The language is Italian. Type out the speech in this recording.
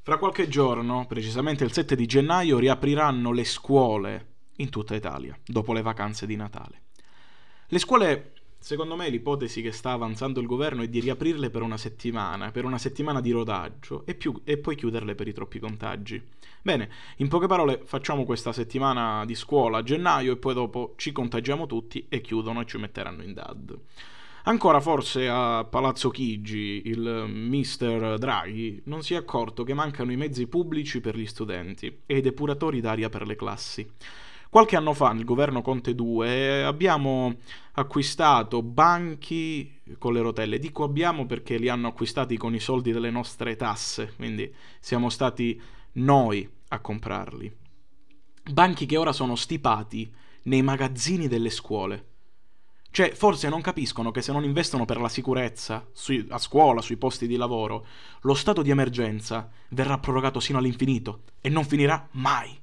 Fra qualche giorno, precisamente il 7 di gennaio, riapriranno le scuole in tutta Italia, dopo le vacanze di Natale. Le scuole, secondo me, l'ipotesi che sta avanzando il governo è di riaprirle per una settimana di rodaggio e poi chiuderle per i troppi contagi. Bene, in poche parole, facciamo questa settimana di scuola a gennaio e poi dopo ci contagiamo tutti e chiudono e ci metteranno in DAD. Ancora forse a Palazzo Chigi il mister Draghi non si è accorto che mancano i mezzi pubblici per gli studenti e i depuratori d'aria per le classi. Qualche anno fa, nel governo Conte 2, abbiamo acquistato banchi con le rotelle. Dico abbiamo perché li hanno acquistati con i soldi delle nostre tasse, quindi siamo stati noi a comprarli. Banchi che ora sono stipati nei magazzini delle scuole. Cioè, forse non capiscono che se non investono per la sicurezza, a scuola, sui posti di lavoro, lo stato di emergenza verrà prorogato sino all'infinito e non finirà mai.